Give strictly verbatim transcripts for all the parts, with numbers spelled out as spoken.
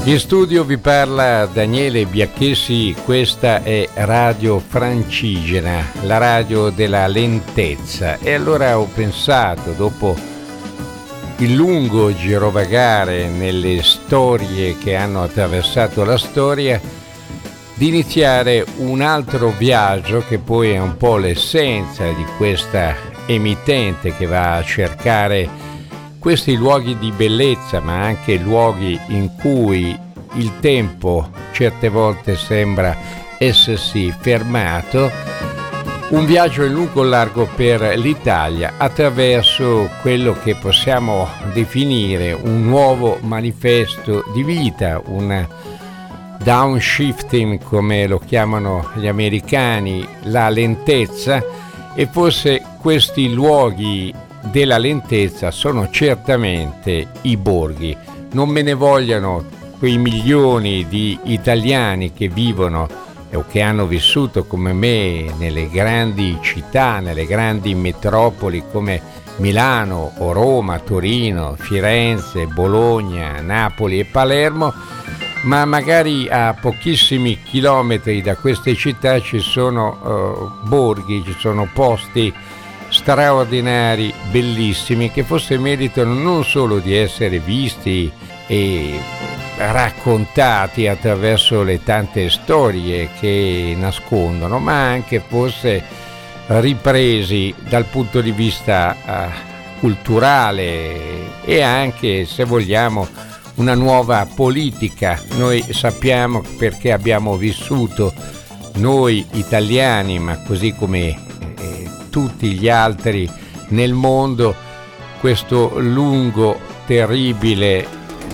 In studio vi parla Daniele Biacchessi, questa è Radio Francigena, la radio della lentezza. E allora ho pensato, dopo il lungo girovagare nelle storie che hanno attraversato la storia, di iniziare un altro viaggio che poi è un po' l'essenza di questa emittente che va a cercare questi luoghi di bellezza, ma anche luoghi in cui il tempo certe volte sembra essersi fermato. Un viaggio in lungo e largo per l'Italia attraverso quello che possiamo definire un nuovo manifesto di vita, un downshifting come lo chiamano gli americani, la lentezza, e forse questi luoghi della lentezza sono certamente i borghi. Non me ne vogliano quei milioni di italiani che vivono o che hanno vissuto come me nelle grandi città, nelle grandi metropoli come Milano o Roma, Torino, Firenze, Bologna, Napoli e Palermo, ma magari a pochissimi chilometri da queste città ci sono uh, borghi, ci sono posti straordinari, bellissimi, che forse meritano non solo di essere visti e raccontati attraverso le tante storie che nascondono, ma anche forse ripresi dal punto di vista uh, culturale e anche, se vogliamo, una nuova politica. Noi sappiamo, perché abbiamo vissuto noi italiani, ma così come tutti gli altri nel mondo, questo lungo, terribile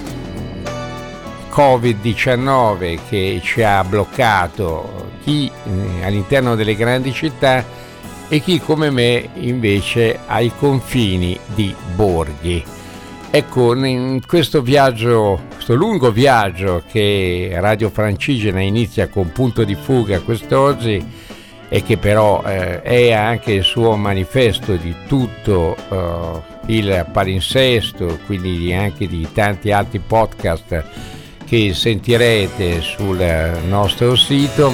covid diciannove che ci ha bloccato, chi all'interno delle grandi città e chi come me invece ai confini di borghi. Ecco, in questo viaggio, questo lungo viaggio che Radio Francigena inizia con Punto di Fuga quest'oggi, e che però eh, è anche il suo manifesto di tutto eh, il palinsesto, quindi anche di tanti altri podcast che sentirete sul nostro sito.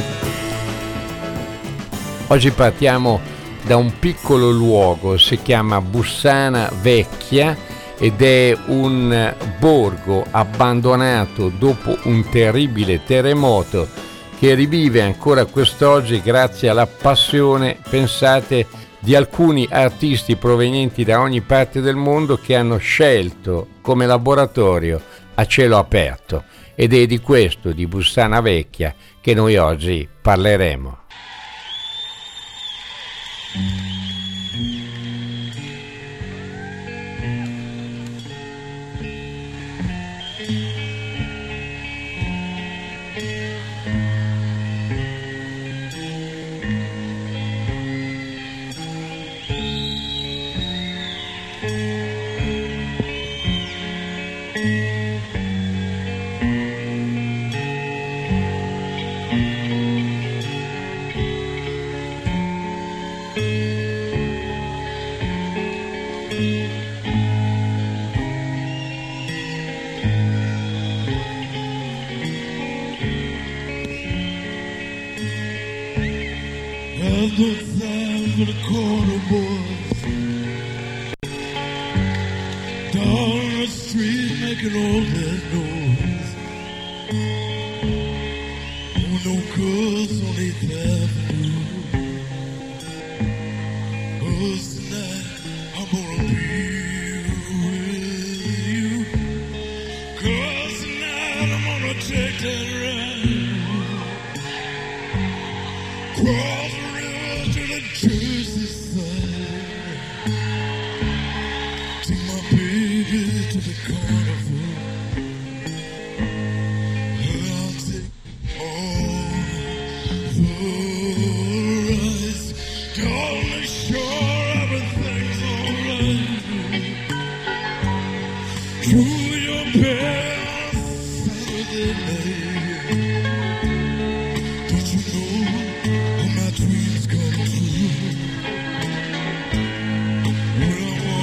Oggi partiamo da un piccolo luogo, si chiama Bussana Vecchia ed è un borgo abbandonato dopo un terribile terremoto che rivive ancora quest'oggi grazie alla passione, pensate, di alcuni artisti provenienti da ogni parte del mondo che hanno scelto come laboratorio a cielo aperto. Ed è di questo, di Bussana Vecchia, che noi oggi parleremo.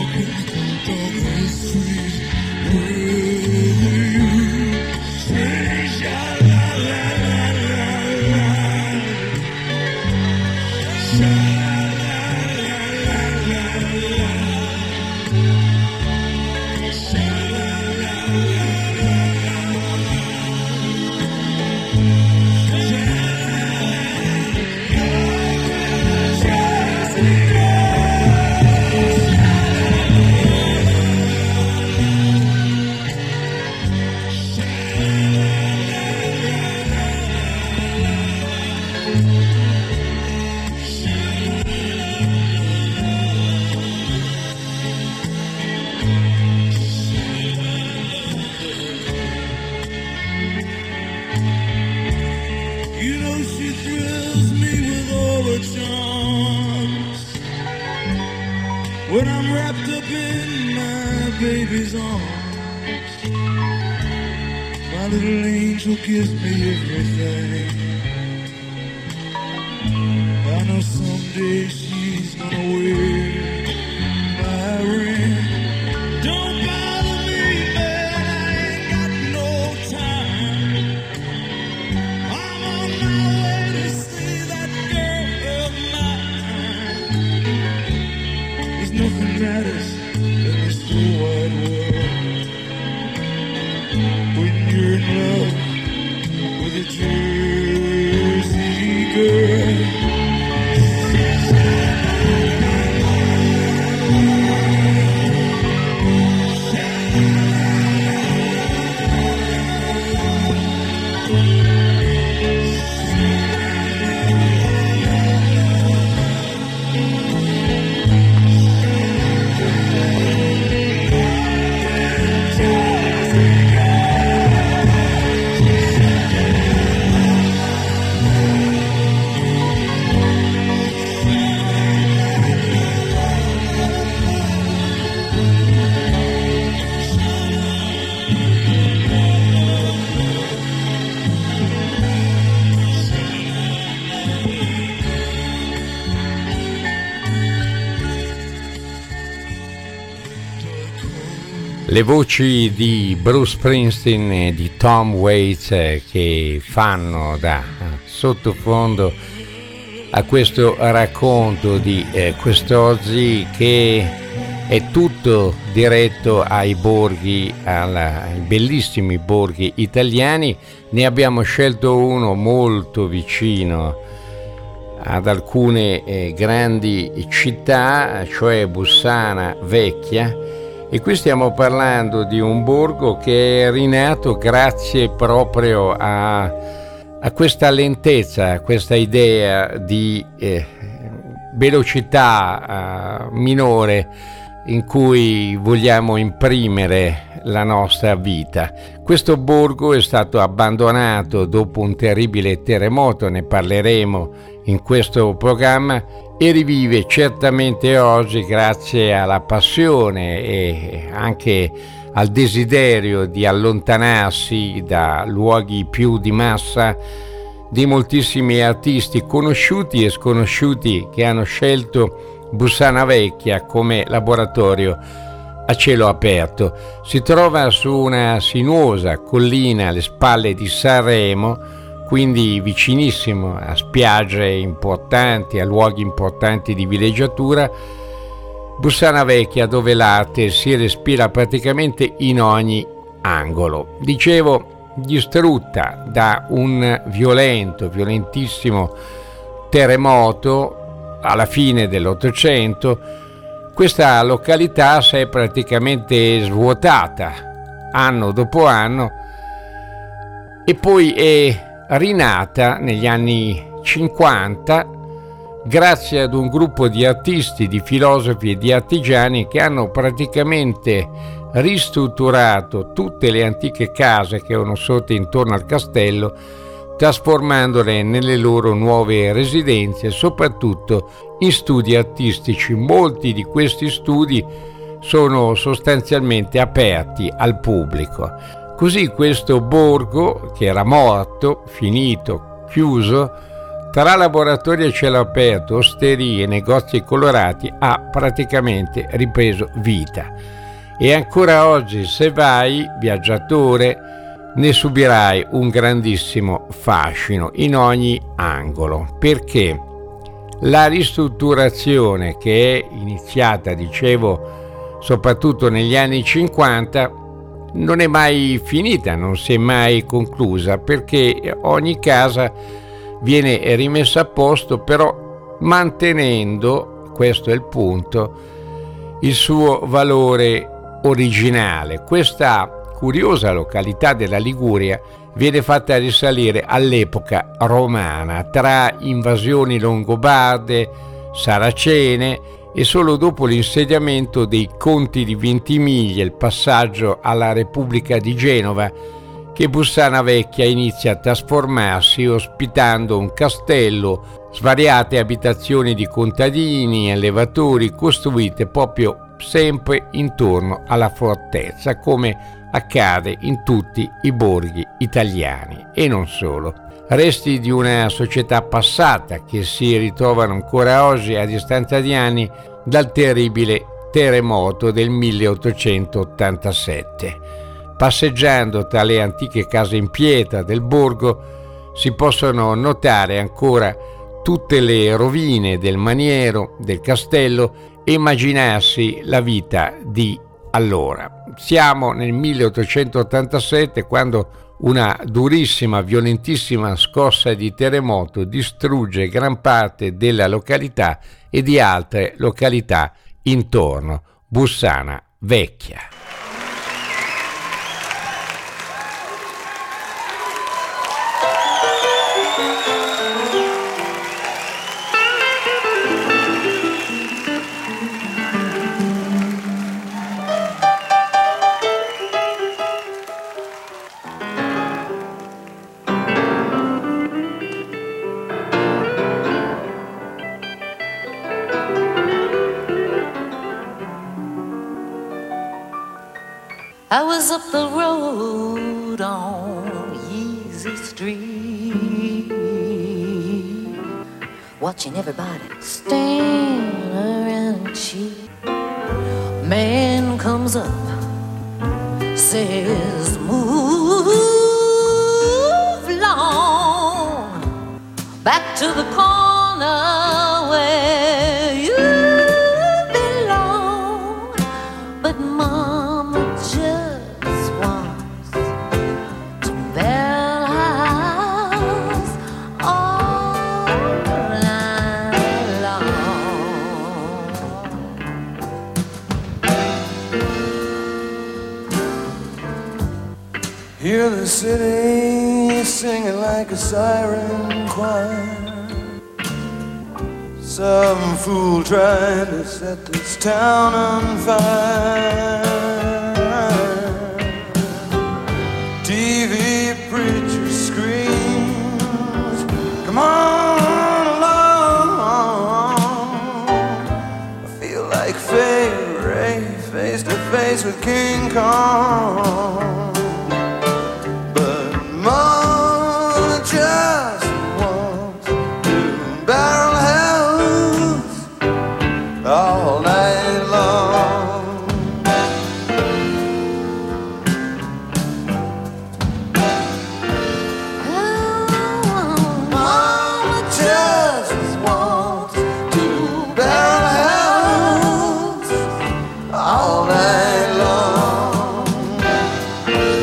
Street with you. when I'm wrapped up in my baby's arms. My little angel gives me everything. I know someday she's gonna wear my ring. Don't bother me, man, I ain't got no time. I'm on my way to see that girl of mine. There's nothing matters in this whole wide world when you're in love with a Jersey girl. Le voci di Bruce Springsteen e di Tom Waits che fanno da sottofondo a questo racconto di eh, quest'oggi, che è tutto diretto ai borghi, alla, ai bellissimi borghi italiani. Ne abbiamo scelto uno molto vicino ad alcune eh, grandi città, cioè Bussana Vecchia. E qui stiamo parlando di un borgo che è rinato grazie proprio a, a questa lentezza, a questa idea di eh, velocità eh, minore in cui vogliamo imprimere la nostra vita. Questo borgo è stato abbandonato dopo un terribile terremoto, ne parleremo in questo programma, e rivive certamente oggi grazie alla passione e anche al desiderio di allontanarsi da luoghi più di massa di moltissimi artisti conosciuti e sconosciuti che hanno scelto Bussana Vecchia come laboratorio a cielo aperto. Si trova su una sinuosa collina alle spalle di Sanremo, quindi vicinissimo a spiagge importanti, a luoghi importanti di villeggiatura. Bussana Vecchia, dove l'arte si respira praticamente in ogni angolo. Dicevo, distrutta da un violento, violentissimo terremoto alla fine dell'Ottocento, questa località si è praticamente svuotata anno dopo anno e poi è rinata negli anni cinquanta grazie ad un gruppo di artisti, di filosofi e di artigiani che hanno praticamente ristrutturato tutte le antiche case che erano sorte intorno al castello, trasformandole nelle loro nuove residenze, soprattutto in studi artistici. Molti di questi studi sono sostanzialmente aperti al pubblico. Così questo borgo, che era morto, finito, chiuso, tra laboratori a cielo aperto, osterie, negozi colorati, ha praticamente ripreso vita. E ancora oggi, se vai, viaggiatore, ne subirai un grandissimo fascino in ogni angolo, perché la ristrutturazione, che è iniziata, dicevo, soprattutto negli anni cinquanta, non è mai finita, non si è mai conclusa, perché ogni casa viene rimessa a posto, però mantenendo, questo è il punto, il suo valore originale. Questa curiosa località della Liguria viene fatta risalire all'epoca romana, tra invasioni longobarde, saracene, e solo dopo l'insediamento dei conti di Ventimiglia, il passaggio alla Repubblica di Genova, che Bussana Vecchia inizia a trasformarsi, ospitando un castello svariate abitazioni di contadini e allevatori costruite proprio sempre intorno alla fortezza, come accade in tutti i borghi italiani e non solo. Resti di una società passata che si ritrovano ancora oggi a distanza di anni dal terribile terremoto del milleottocentottantasette. Passeggiando tra le antiche case in pietra del borgo si possono notare ancora tutte le rovine del maniero, del castello e immaginarsi la vita di allora. Siamo nel milleottocentottantasette, quando una durissima, violentissima scossa di terremoto distrugge gran parte della località e di altre località intorno. Bussana Vecchia. I was up the road on Easy Street, watching everybody stand around and cheat. Man comes up, says, move long, back to the corner where you belong. But Mama just wants to build a house all night long. Hear the city singing like a siren choir. Some fool trying to set this town on fire. T V preacher screams, come on along. I feel like Fay Ray face to face with King Kong. But Mama just wants to barrel house all night long. Mama just wants to barrel house all night long.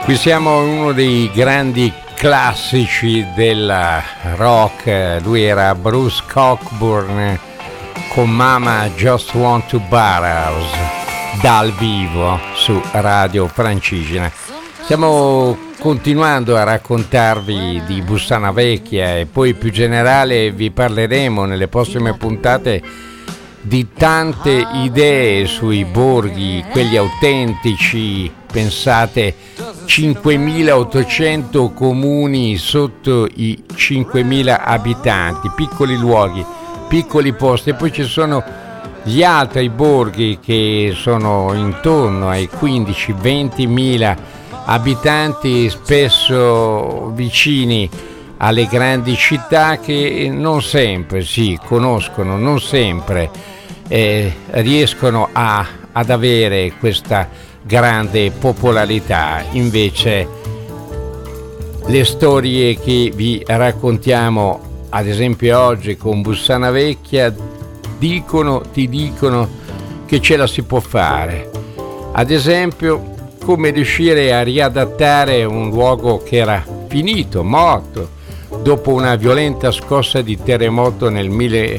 Qui siamo in uno dei grandi classici del rock, lui era Bruce Cockburn con Mama Just Want to Barrows dal vivo su Radio Francigena. Stiamo continuando a raccontarvi di Bussana Vecchia e poi più generale vi parleremo nelle prossime puntate di tante idee sui borghi, quelli autentici. Pensate, cinquemilaottocento comuni sotto i cinquemila abitanti, piccoli luoghi, piccoli posti, e poi ci sono gli altri borghi che sono intorno ai quindici ventimila abitanti, spesso vicini alle grandi città, che non sempre si conoscono, non sempre eh, riescono a, ad avere questa grande popolarità. Invece le storie che vi raccontiamo, ad esempio oggi con Bussana Vecchia, dicono, ti dicono che ce la si può fare. Ad esempio, come riuscire a riadattare un luogo che era finito, morto, dopo una violenta scossa di terremoto nel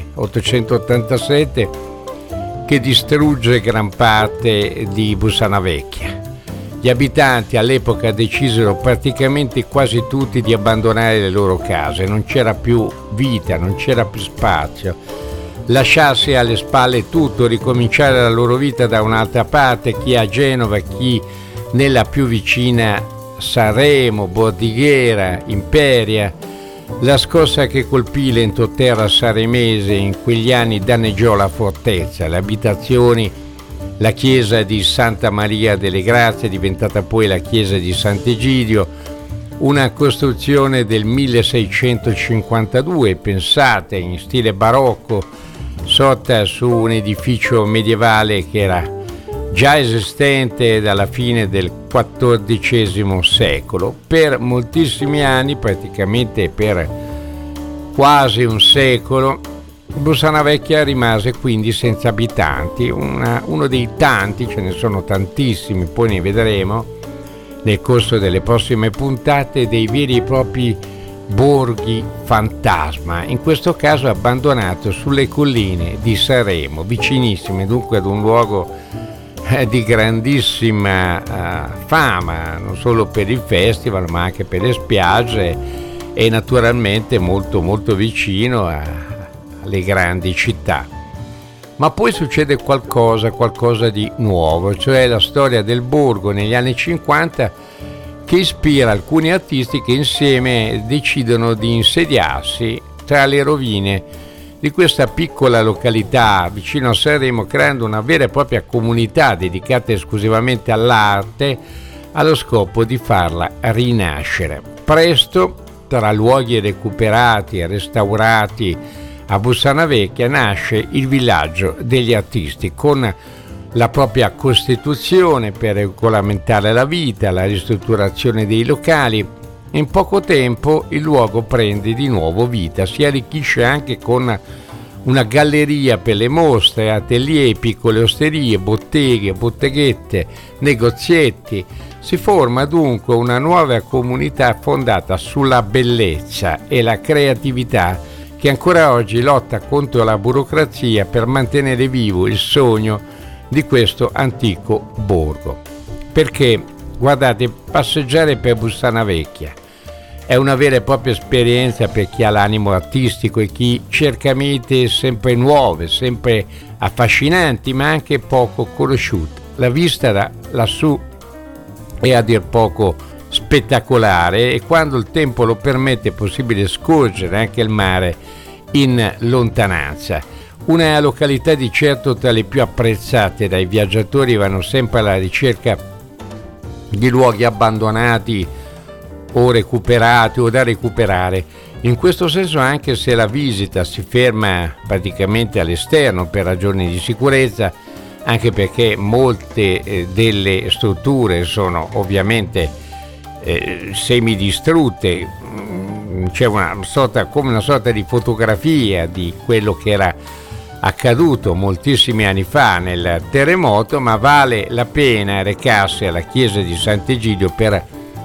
milleottocentottantasette che distrugge gran parte di Bussana Vecchia. Gli abitanti all'epoca decisero praticamente quasi tutti di abbandonare le loro case, non c'era più vita, non c'era più spazio. Lasciarsi alle spalle tutto, ricominciare la loro vita da un'altra parte, chi a Genova, chi nella più vicina Sanremo, Bordighera, Imperia. La scossa che colpì l'entroterra saremese in quegli anni danneggiò la fortezza, le abitazioni, la chiesa di Santa Maria delle Grazie, diventata poi la chiesa di Sant'Egidio, una costruzione del milleseicentocinquantadue, pensate, in stile barocco, sorta su un edificio medievale che era già esistente dalla fine del quattordicesimo secolo. Per moltissimi anni, praticamente per quasi un secolo, Bussana Vecchia rimase quindi senza abitanti, una, uno dei tanti, ce ne sono tantissimi, poi ne vedremo nel corso delle prossime puntate, dei veri e propri borghi fantasma, in questo caso abbandonato sulle colline di Sanremo, vicinissime dunque ad un luogo di grandissima uh, fama, non solo per il festival ma anche per le spiagge, e naturalmente molto molto vicino a, alle grandi città. Ma poi succede qualcosa, qualcosa di nuovo, cioè la storia del borgo negli anni cinquanta che ispira alcuni artisti che insieme decidono di insediarsi tra le rovine di questa piccola località vicino a Sanremo, creando una vera e propria comunità dedicata esclusivamente all'arte, allo scopo di farla rinascere. Presto, tra luoghi recuperati e restaurati a Bussana Vecchia, nasce il villaggio degli artisti, con la propria costituzione per regolamentare la vita, la ristrutturazione dei locali. In poco tempo il luogo prende di nuovo vita, si arricchisce anche con una galleria per le mostre, atelier, piccole osterie, botteghe, botteghette, negozietti. Si forma dunque una nuova comunità fondata sulla bellezza e la creatività, che ancora oggi lotta contro la burocrazia per mantenere vivo il sogno di questo antico borgo. Perché, guardate, passeggiare per Bussana Vecchia è una vera e propria esperienza per chi ha l'animo artistico e chi cerca mete sempre nuove, sempre affascinanti, ma anche poco conosciute. La vista da lassù è a dir poco spettacolare e quando il tempo lo permette è possibile scorgere anche il mare in lontananza. Una località di certo tra le più apprezzate dai viaggiatori, vanno sempre alla ricerca di luoghi abbandonati o recuperati o da recuperare. In questo senso, anche se la visita si ferma praticamente all'esterno per ragioni di sicurezza, anche perché molte eh, delle strutture sono ovviamente eh, semidistrutte, c'è una sorta, come una sorta di fotografia di quello che era accaduto moltissimi anni fa nel terremoto, ma vale la pena recarsi alla chiesa di Sant'Egidio per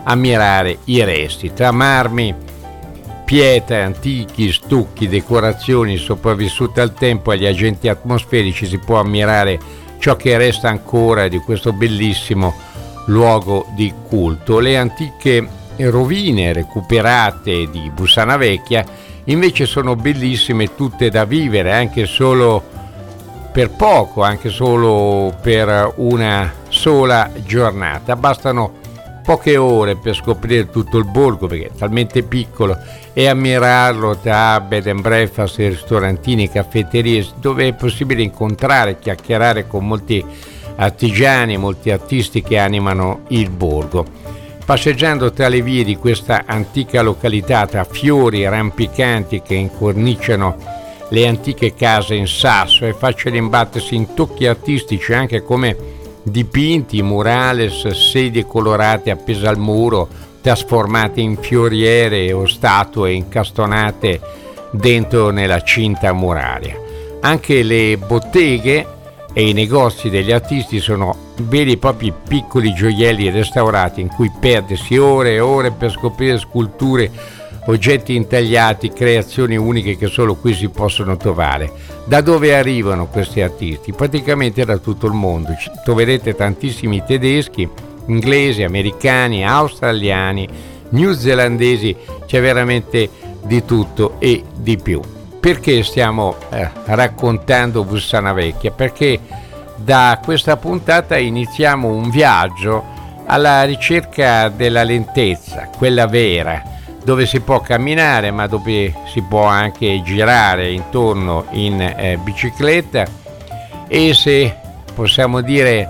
ammirare i resti. Tra marmi, pietre, antichi, stucchi, decorazioni sopravvissute al tempo e agli agenti atmosferici si può ammirare ciò che resta ancora di questo bellissimo luogo di culto. Le antiche rovine recuperate di Bussana Vecchia invece sono bellissime, tutte da vivere anche solo per poco, anche solo per una sola giornata. Bastano poche ore per scoprire tutto il borgo, perché è talmente piccolo, e ammirarlo tra bed and breakfast, ristorantini, caffetterie, dove è possibile incontrare, chiacchierare con molti artigiani, molti artisti che animano il borgo. Passeggiando tra le vie di questa antica località, tra fiori rampicanti che incorniciano le antiche case in sasso, è facile imbattersi in tocchi artistici anche come dipinti, murales, sedie colorate appese al muro, trasformate in fioriere o statue incastonate dentro nella cinta muraria. Anche le botteghe e i negozi degli artisti sono veri e propri piccoli gioielli restaurati in cui perdersi ore e ore per scoprire sculture, oggetti intagliati, creazioni uniche che solo qui si possono trovare. Da dove arrivano questi artisti? Praticamente da tutto il mondo. Troverete tantissimi tedeschi, inglesi, americani, australiani, newzelandesi, c'è veramente di tutto e di più. Perché stiamo eh, raccontando Bussana Vecchia? Perché da questa puntata iniziamo un viaggio alla ricerca della lentezza, quella vera, dove si può camminare ma dove si può anche girare intorno in eh, bicicletta, e se possiamo dire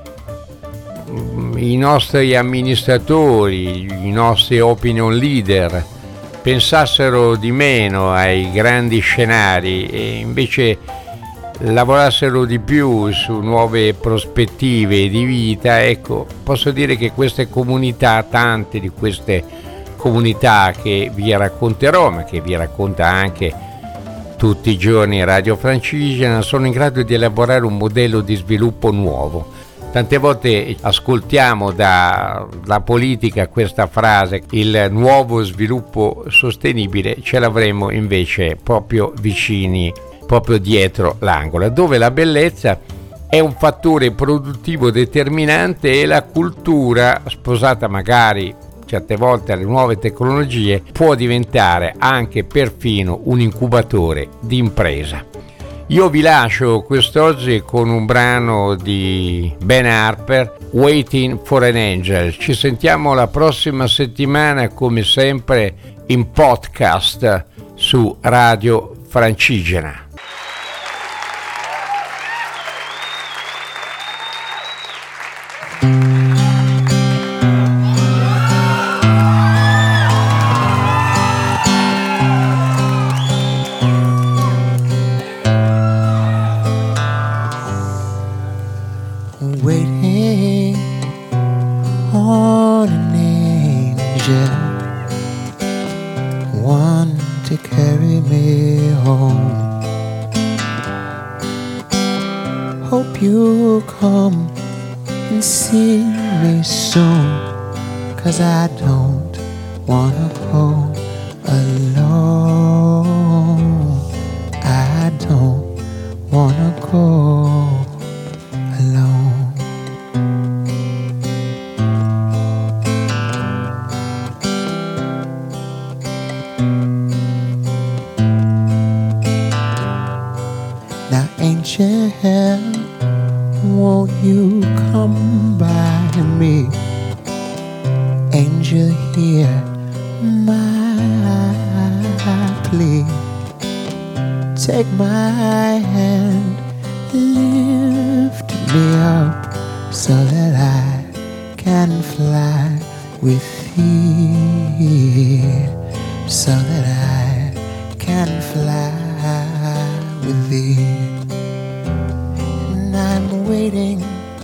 i nostri amministratori, i nostri opinion leader pensassero di meno ai grandi scenari e invece lavorassero di più su nuove prospettive di vita, ecco, posso dire che queste comunità, tante di queste comunità che vi racconterò, ma che vi racconta anche tutti i giorni Radio Francigena, sono in grado di elaborare un modello di sviluppo nuovo. Tante volte ascoltiamo dalla politica questa frase, il nuovo sviluppo sostenibile, ce l'avremo invece proprio vicini, proprio dietro l'angolo, dove la bellezza è un fattore produttivo determinante e la cultura, sposata magari certe volte alle nuove tecnologie, può diventare anche perfino un incubatore di impresa. Io vi lascio quest'oggi con un brano di Ben Harper, Waiting for an Angel. Ci sentiamo la prossima settimana, come sempre, in podcast su Radio Francigena. Waiting on an angel, one to carry me home. Hope you'll come and see me soon, 'cause I don't wanna go alone. I don't wanna go alone. Now angel, won't you come by me? Angel, hear my plea. Take my hand, lift me up so that I can fly with thee, so that I can fly with thee. And I'm waiting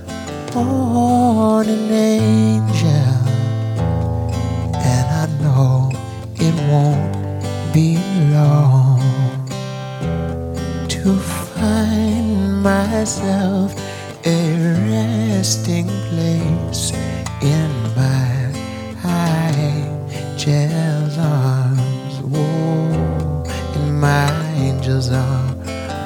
on an angel, and I know it won't be long to find myself a resting place in my angel's arms, whoa, in my angel's arms.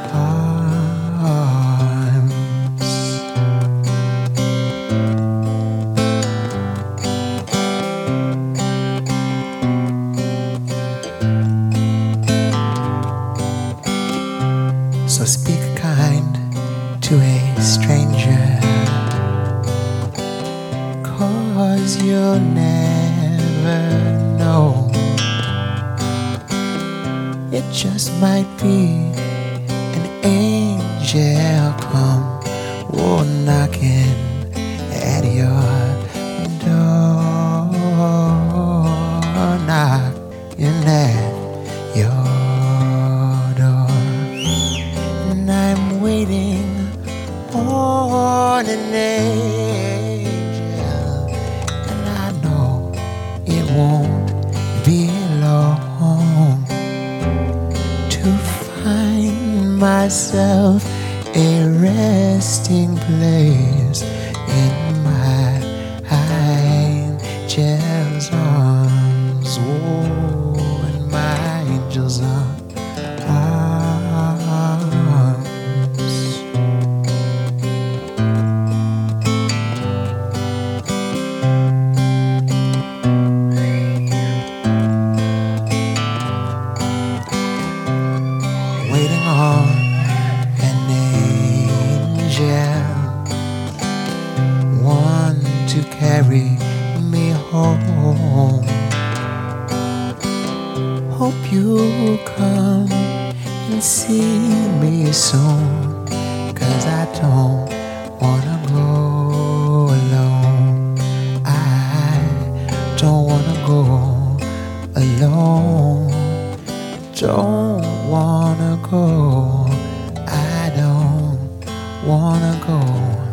So speak kind to a stranger, 'cause you'll never know. It just might be an angel come, oh, knocking at your door. Knocking at your door. And I'm waiting on an angel, and I know it won't be long to find myself a resting place in my angel's arms. Oh, in my angel's arms. Waiting on an angel, one to carry me home. Hope you'll come and see me soon, 'cause I don't wanna go alone. I don't wanna go alone. Don't wanna go. I don't wanna go.